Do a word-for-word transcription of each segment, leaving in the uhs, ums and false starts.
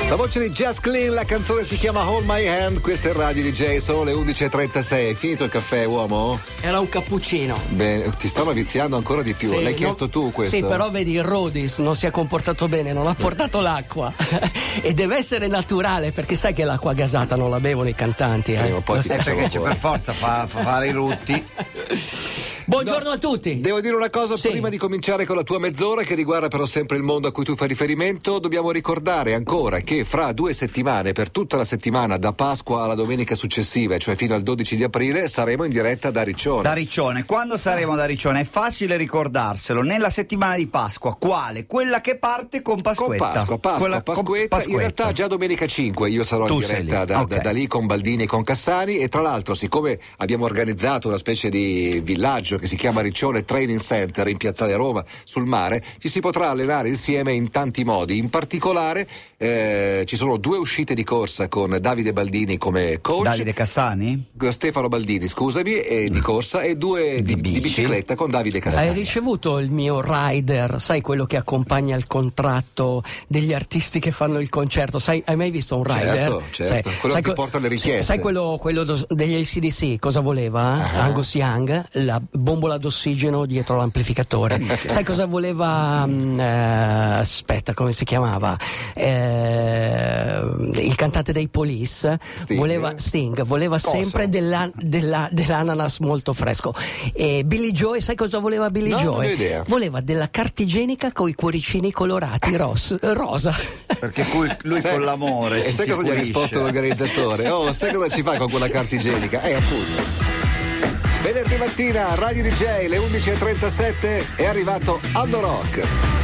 La voce di Just Clean, la canzone si chiama Hold My Hand, questa è Radio D J, sono le undici e trentasei. Hai finito il caffè, uomo? Era un cappuccino. Beh, ti stanno viziando ancora di più, sì, l'hai chiesto no, tu questo? Sì, però vedi, il Rodis non si è comportato bene, non ha portato l'acqua e deve essere naturale, perché sai che l'acqua gasata non la bevono i cantanti. Eh, eh poi eh, perché c'è per forza fa, fa fare i rutti. Buongiorno no, a tutti. Devo dire una cosa sì. prima di cominciare con la tua mezz'ora, che riguarda però sempre il mondo a cui tu fai riferimento. Dobbiamo ricordare ancora che fra due settimane, per tutta la settimana da Pasqua alla domenica successiva, cioè fino al dodici di aprile, saremo in diretta da Riccione. Da Riccione. Quando saremo da Riccione? È facile ricordarselo. Nella settimana di Pasqua. Quale? Quella che parte con Pasquetta. Con Pasqua, Pasqua, Quella Pasquetta. In realtà già domenica cinque io sarò tu in diretta lì. Da, Okay. da, da lì con Baldini e con Cassani, e tra l'altro, siccome abbiamo organizzato una specie di villaggio che si chiama Riccione Training Center in Piazzale Roma sul mare, ci si potrà allenare insieme in tanti modi. In particolare eh, ci sono due uscite di corsa con Davide Baldini come coach, Davide Cassani? Stefano Baldini, scusami, e di corsa, e due di, di, di bicicletta con Davide Cassani. Hai ricevuto il mio rider, sai, quello che accompagna il contratto degli artisti che fanno il concerto? Sai, hai mai visto un rider? Certo, certo. Sai, quello sai che ti porta le richieste. Sai quello, quello dos, degli A C D C cosa voleva? Uh-huh. Angus Young, la bombola d'ossigeno dietro l'amplificatore. Sai cosa voleva? Um, eh, aspetta, come si chiamava? Eh, il cantante dei Police Sting, voleva Sting, voleva Cosa? sempre della, della, dell'ananas molto fresco. E Billy Joe, sai cosa voleva Billy no, Joe? Non ho idea. Voleva della carta igienica con i cuoricini colorati ros, rosa. Perché lui sai, con l'amore e ci sai si cosa gli ha pulisce. risposto l'organizzatore? Oh, sai cosa ci fai con quella carta igienica? Eh, appunto. Venerdì mattina, Radio D J, le undici e trentasette, è arrivato Aldo Rock.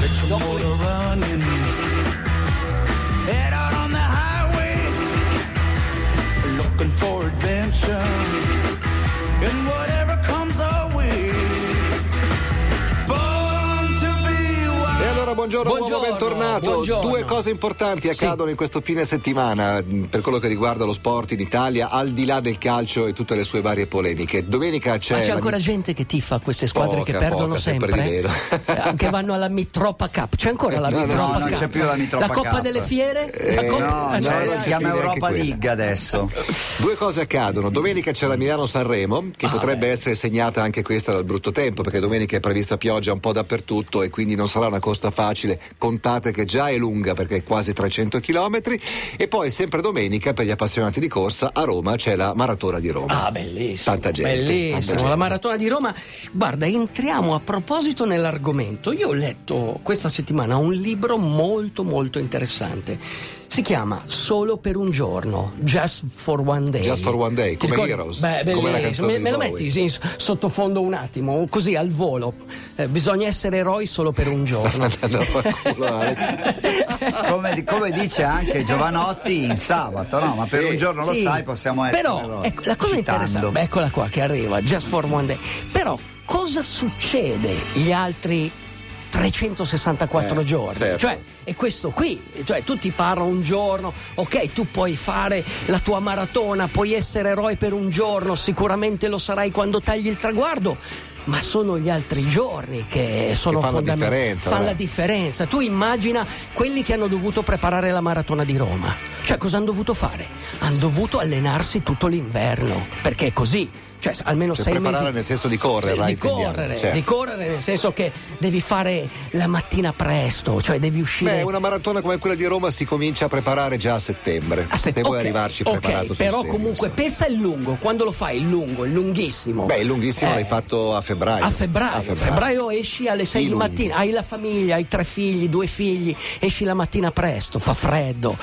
Head out on the highway, looking for adventure, and whatever comes our way. Born to be wild. E allora buongiorno, Buongiorno, uomo, bentornato. buongiorno. Due cose importanti accadono Sì. in questo fine settimana per quello che riguarda lo sport in Italia, al di là del calcio e tutte le sue varie polemiche. Domenica c'è. Ma c'è la... ancora gente che tifa queste squadre Poca, che perdono poca, sempre sempre, di meno. eh, che vanno alla Mitropa Cup. C'è ancora la No, no, Mitropa no, non Cup? c'è più la Mitropa La Coppa Cup. delle Fiere? Eh, La Coppa- No, ah, cioè, no, non si c'è chiama più neanche Europa quella. League adesso. Due cose accadono. Domenica c'è la Milano-Sanremo, che Ah, potrebbe beh. essere segnata anche questa dal brutto tempo, perché domenica è prevista pioggia un po' dappertutto e quindi non sarà una costa facile. Contate che già è lunga, perché è quasi trecento chilometri. E poi sempre domenica, per gli appassionati di corsa, a Roma c'è la Maratona di Roma. Ah, bellissimo. Tanta gente, tanta Bellissimo. gente. La Maratona di Roma. Guarda, entriamo a proposito nell'argomento. Io ho letto questa settimana un libro molto molto interessante. Si chiama Solo per un giorno, Just for One Day. Just for One Day, Ti come ricordi? Heroes, Beh, come la bellissimo. canzone Me, di me lo Bowie. metti sì, in sottofondo un attimo, così al volo. Eh, bisogna essere eroi solo per un giorno. Andando a far culo, Alex. Come, come dice anche Giovanotti in sabato, no? Ma per Sì. un giorno lo Sì, sai, possiamo essere. Però, no? ecco, la cosa Citando. interessante, beh, eccola qua che arriva, Just for One Day. Però cosa succede gli altri trecentosessantaquattro Eh, giorni? certo. Cioè, è questo qui, cioè tu ti parla un giorno, ok, tu puoi fare la tua maratona, puoi essere eroe per un giorno, sicuramente lo sarai quando tagli il traguardo. Ma sono gli altri giorni che sono Che fanno la fondamentali. differenza, Fanno eh. la differenza. Tu immagina quelli che hanno dovuto preparare la maratona di Roma. Cioè, cosa hanno dovuto fare? Hanno dovuto allenarsi tutto l'inverno, perché è così. Cioè, almeno Cioè, sei preparare mesi. nel senso di correre, Sì, right, di intendiamo. correre, Certo. di correre nel senso che devi fare la mattina presto, cioè devi uscire. Beh, una maratona come quella di Roma si comincia a preparare già a settembre. Ah, se, se vuoi ok, arrivarci ok, preparato sul però serio, comunque insomma. pensa il lungo, quando lo fai il lungo, il lunghissimo. Beh, il lunghissimo Eh, l'hai fatto a febbraio. A febbraio, A febbraio. febbraio esci alle sei Sì, di lungo. mattina, hai la famiglia, hai tre figli, due figli, esci la mattina presto, fa freddo,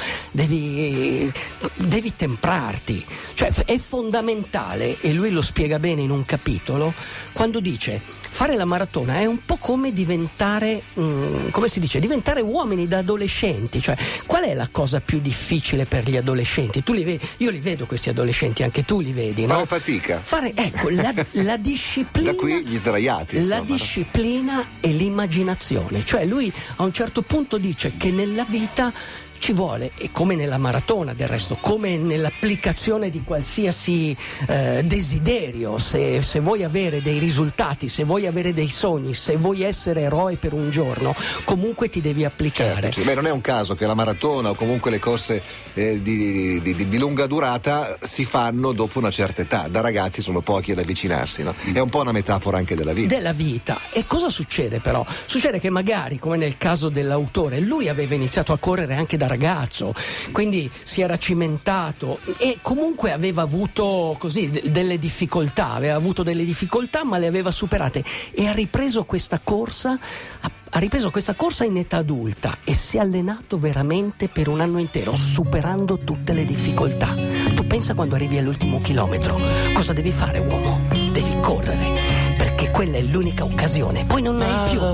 devi, devi temprarti. Cioè è fondamentale, e lui lo spiega bene in un capitolo, quando dice fare la maratona è un po' come diventare, mm, come si dice, diventare uomini da adolescenti. Cioè, qual è la cosa più difficile per gli adolescenti? Tu li vedi, io li vedo questi adolescenti, anche tu li vedi, Fare no? fatica. Fare, ecco, la, la disciplina. Da qui gli sdraiati, La insomma, no? disciplina e l'immaginazione. Cioè lui a un certo punto dice che nella vita ci vuole, e come nella maratona del resto, come nell'applicazione di qualsiasi eh, desiderio, se, se vuoi avere dei risultati, se vuoi avere dei sogni, se vuoi essere eroe per un giorno, comunque ti devi applicare. Certo, sì. Beh, non è un caso che la maratona o comunque le corse eh, di, di, di, di lunga durata si fanno dopo una certa età. Da ragazzi sono pochi ad avvicinarsi, no? È un po' una metafora anche della vita. Della vita. E cosa succede però? Succede che magari, come nel caso dell'autore, lui aveva iniziato a correre anche da ragazzo, quindi si era cimentato e comunque aveva avuto così d- delle difficoltà, aveva avuto delle difficoltà ma le aveva superate e ha ripreso questa corsa, ha, ha ripreso questa corsa in età adulta e si è allenato veramente per un anno intero, superando tutte le difficoltà. Tu pensa quando arrivi all'ultimo chilometro, cosa devi fare, uomo? Devi correre, perché quella è l'unica occasione, poi non ne hai più.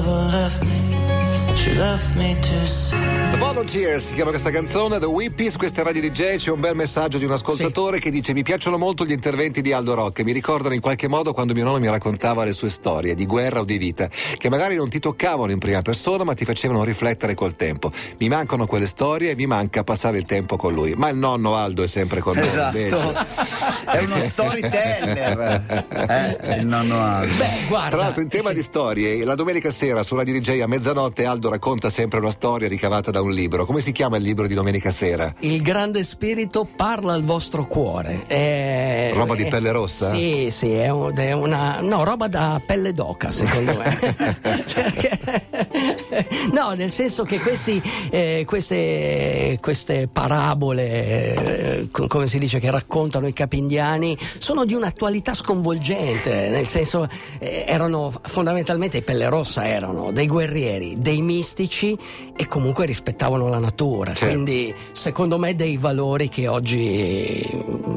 The Volunteers si chiama questa canzone, The Whippies. Questa è Radio D J. C'è un bel messaggio di un ascoltatore sì. che dice: mi piacciono molto gli interventi di Aldo Rocche, mi ricordano in qualche modo quando mio nonno mi raccontava le sue storie di guerra o di vita, che magari non ti toccavano in prima persona ma ti facevano riflettere col tempo. Mi mancano quelle storie e mi manca passare il tempo con lui. Ma il nonno Aldo è sempre con noi, esatto. invece. È uno storyteller, eh, il nonno Aldo. Beh, guarda, tra l'altro in tema sì. di storie, la domenica sera su Radio D J a mezzanotte Aldo racconta sempre una storia ricavata da un libro. Come si chiama il libro di domenica sera? Il grande spirito parla al vostro cuore. È, roba di è, pelle rossa? Sì, sì, è, un, è una no, roba da pelle d'oca, secondo me. No, nel senso che questi, eh, queste, queste parabole, eh, come si dice, che raccontano i capi indiani, sono di un'attualità sconvolgente, nel senso eh, erano fondamentalmente, i pelle rossa erano dei guerrieri, dei mistici e comunque rispettavano la natura, certo. Quindi secondo me dei valori che oggi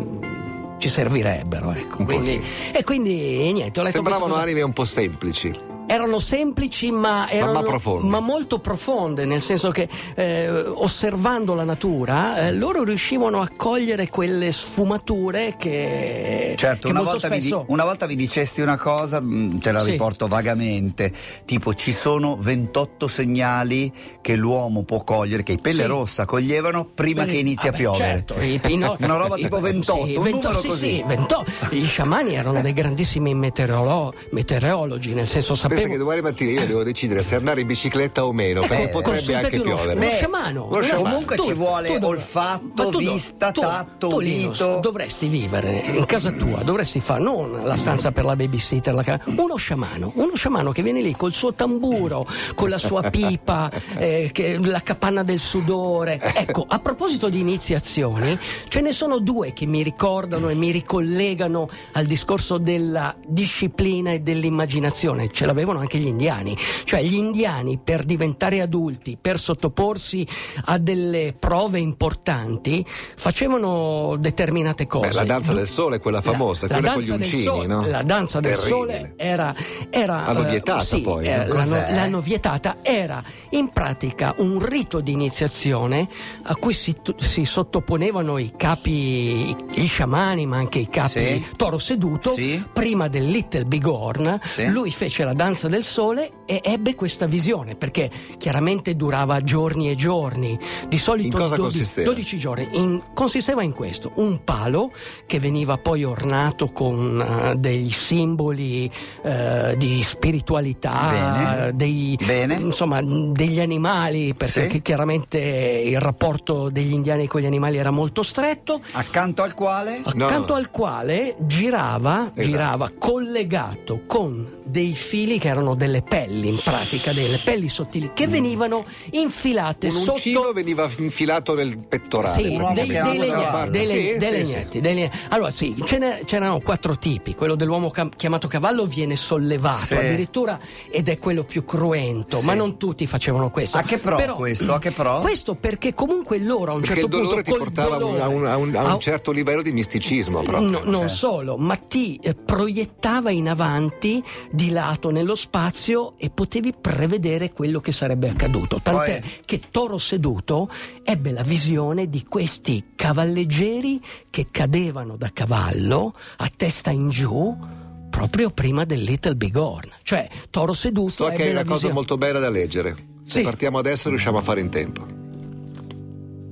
ci servirebbero, ecco. Quindi, e quindi niente, ho letto sembravano cosa... anime un po' semplici. Erano semplici ma erano ma, ma, profonde. ma molto profonde, nel senso che eh, osservando la natura eh, loro riuscivano a cogliere quelle sfumature che certo che una, molto volta spesso... vi di, una volta vi dicesti una cosa, te la sì. riporto vagamente, tipo ci sono ventotto segnali che l'uomo può cogliere, che i pelle sì. rossa coglievano prima Beh, che inizi vabbè, a piovere, certo, i pino... una roba tipo ventotto, sì, un ventotto, numero sì, così. Sì, ventotto. Gli sciamani erano dei grandissimi meteorolo... meteorologi, nel senso sapevano. Pensa che domani mattina io devo decidere se andare in bicicletta o meno, perché eh, potrebbe anche uno, piovere. Uno sciamano. Uno sciamano. Comunque tu, ci vuole tu, olfatto, tu, vista, tu, tatto, tu, udito. Dovresti vivere in casa tua, dovresti fare non la stanza per la babysitter, la ca- uno sciamano, uno sciamano che viene lì col suo tamburo, con la sua pipa, eh, che, la capanna del sudore. Ecco, a proposito di iniziazioni, ce ne sono due che mi ricordano e mi ricollegano al discorso della disciplina e dell'immaginazione. Ce l'avevano anche gli indiani. Cioè gli indiani, per diventare adulti, per sottoporsi a delle prove importanti, facevano determinate cose. Beh, la danza del sole, quella famosa, la, quella la con gli uncini, sole, no? La danza del Terribile. sole era... era l'hanno vietata uh, sì, poi. Eh, no? l'hanno, l'hanno vietata, era in pratica un rito di iniziazione a cui si, si sottoponevano i capi, gli sciamani, ma anche i capi sì. toro seduto, sì. prima del Little Bighorn. Sì. Lui fece la danza del sole e ebbe questa visione, perché chiaramente durava giorni e giorni, di solito in cosa dodici, consisteva? dodici giorni. In, consisteva in questo: un palo che veniva poi ornato con uh, dei simboli uh, di spiritualità, Bene. dei, Bene. insomma, degli animali, perché sì. chiaramente il rapporto degli indiani con gli animali era molto stretto. Accanto al quale? Accanto no. al quale girava, esatto. girava collegato con dei fili che erano delle pelli, in pratica delle pelli sottili che venivano infilate un sotto. uncino veniva infilato nel pettorale. Sì, uomo dei, che dei, ha legnetti, cavallo. dei, Sì, dei sì, legnetti, sì. dei legnetti. Allora sì, ce ne, c'erano quattro tipi. Quello dell'uomo cam- chiamato cavallo viene sollevato Sì. addirittura, ed è quello più cruento, Sì. ma non tutti facevano questo. A che pro Però, questo? A che pro? Questo perché comunque loro a un Perché certo il dolore punto ti col portava a un, a un- a un- a un a- certo livello di misticismo proprio. No, non Cioè. solo, ma ti eh, proiettava in avanti, di lato nello spazio, e potevi prevedere quello che sarebbe accaduto. Tant'è Poi... che Toro Seduto ebbe la visione di questi cavalleggeri che cadevano da cavallo a testa in giù proprio prima del Little Bighorn. Cioè Toro Seduto So ebbe che è la una cosa visione... molto bella da leggere. Se Sì. partiamo adesso riusciamo a fare in tempo.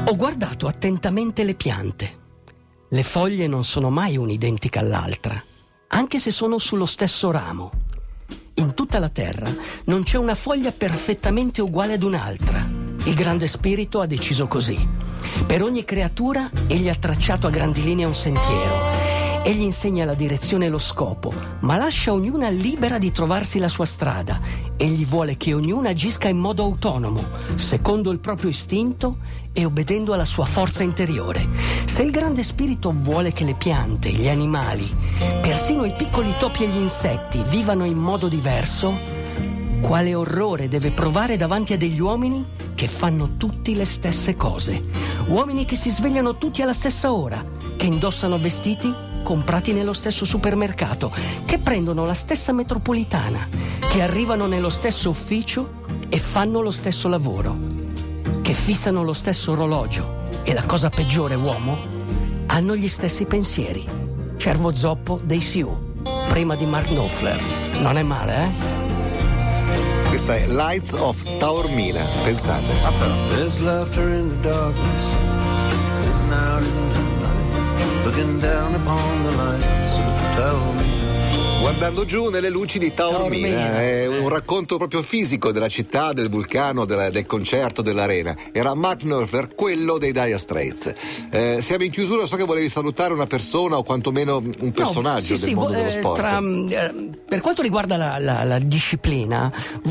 Ho guardato attentamente le piante. Le foglie non sono mai un'identica all'altra, anche se sono sullo stesso ramo. In tutta la terra non c'è una foglia perfettamente uguale ad un'altra. Il grande spirito ha deciso così. Per ogni creatura egli ha tracciato a grandi linee un sentiero. Egli insegna la direzione e lo scopo, ma lascia ognuna libera di trovarsi la sua strada. Egli vuole che ognuna agisca in modo autonomo, secondo il proprio istinto e obbedendo alla sua forza interiore. Se il grande spirito vuole che le piante, gli animali, persino i piccoli topi e gli insetti vivano in modo diverso, quale orrore deve provare davanti a degli uomini che fanno tutti le stesse cose? Uomini che si svegliano tutti alla stessa ora, che indossano vestiti comprati nello stesso supermercato, che prendono la stessa metropolitana, che arrivano nello stesso ufficio e fanno lo stesso lavoro, che fissano lo stesso orologio e, la cosa peggiore, uomo, hanno gli stessi pensieri. Cervo zoppo dei Sioux, prima di Mark Knopfler. Non è male, eh? Questa è Lights of Taormina, pensate. Ah, però. There's laughter in the darkness, hidden out in the night, looking down upon the lights of Taormina. Guardando giù nelle luci di Taormina, Taormina. È un racconto proprio fisico della città, del vulcano, della, del concerto, dell'arena. Era Mark Knopfler, quello dei Dire Straits. Eh, siamo in chiusura, so che volevi salutare una persona o quantomeno un personaggio No, sì, del sì, mondo vo- dello eh, sport. tra, eh, per quanto riguarda la, la, la disciplina,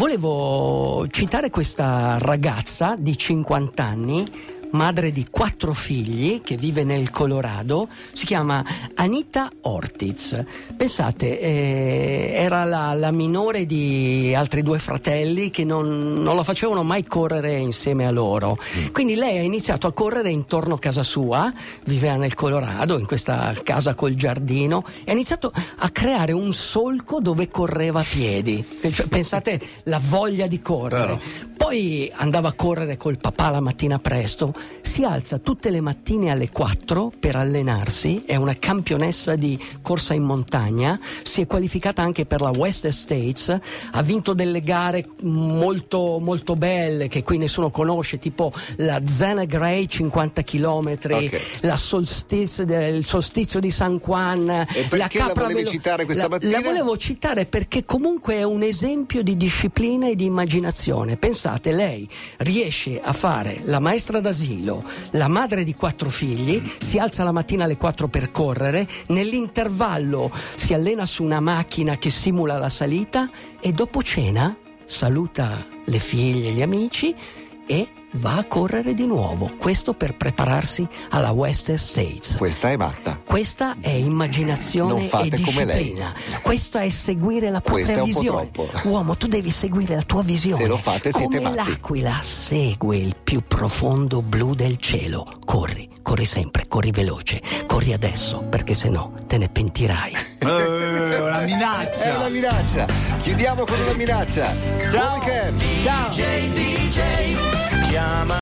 volevo citare questa ragazza di cinquanta anni, madre di quattro figli, che vive nel Colorado. Si chiama Anita Ortiz. Pensate, eh, era la, la minore di altri due fratelli che non, non la facevano mai correre insieme a loro. Quindi lei ha iniziato a correre intorno a casa sua, viveva nel Colorado, in questa casa col giardino, e ha iniziato a creare un solco dove correva a piedi. Cioè, pensate la voglia di correre. Poi andava a correre col papà la mattina presto. Si alza tutte le mattine alle quattro per allenarsi, è una campionessa di corsa in montagna, si è qualificata anche per la West States, ha vinto delle gare molto molto belle che qui nessuno conosce, tipo la Zena Gray cinquanta chilometri, Okay. la solstizio, il solstizio di San Juan. E perché la capra la volevi velo- citare questa la, mattina? La volevo citare perché comunque è un esempio di disciplina e di immaginazione. Pensate, lei riesce a fare la maestra d'asilo, la madre di quattro figli, si alza la mattina alle quattro per correre, nell'intervallo si allena su una macchina che simula la salita e dopo cena saluta le figlie e gli amici e va a correre di nuovo. Questo per prepararsi alla West States. Questa è matta. Questa è immaginazione Non fate e come lei. disciplina. Questa è seguire la propria Questa è un po' visione. troppo. Uomo, tu devi seguire la tua visione. Se lo fate siete come matti. l'aquila segue il più profondo blu del cielo. Corri, corri sempre, corri veloce. Corri adesso, perché se no te ne pentirai. Eh, una È minaccia. una minaccia. Chiudiamo con una minaccia. Ciao. Buon weekend. Ciao. D J, D J, chiama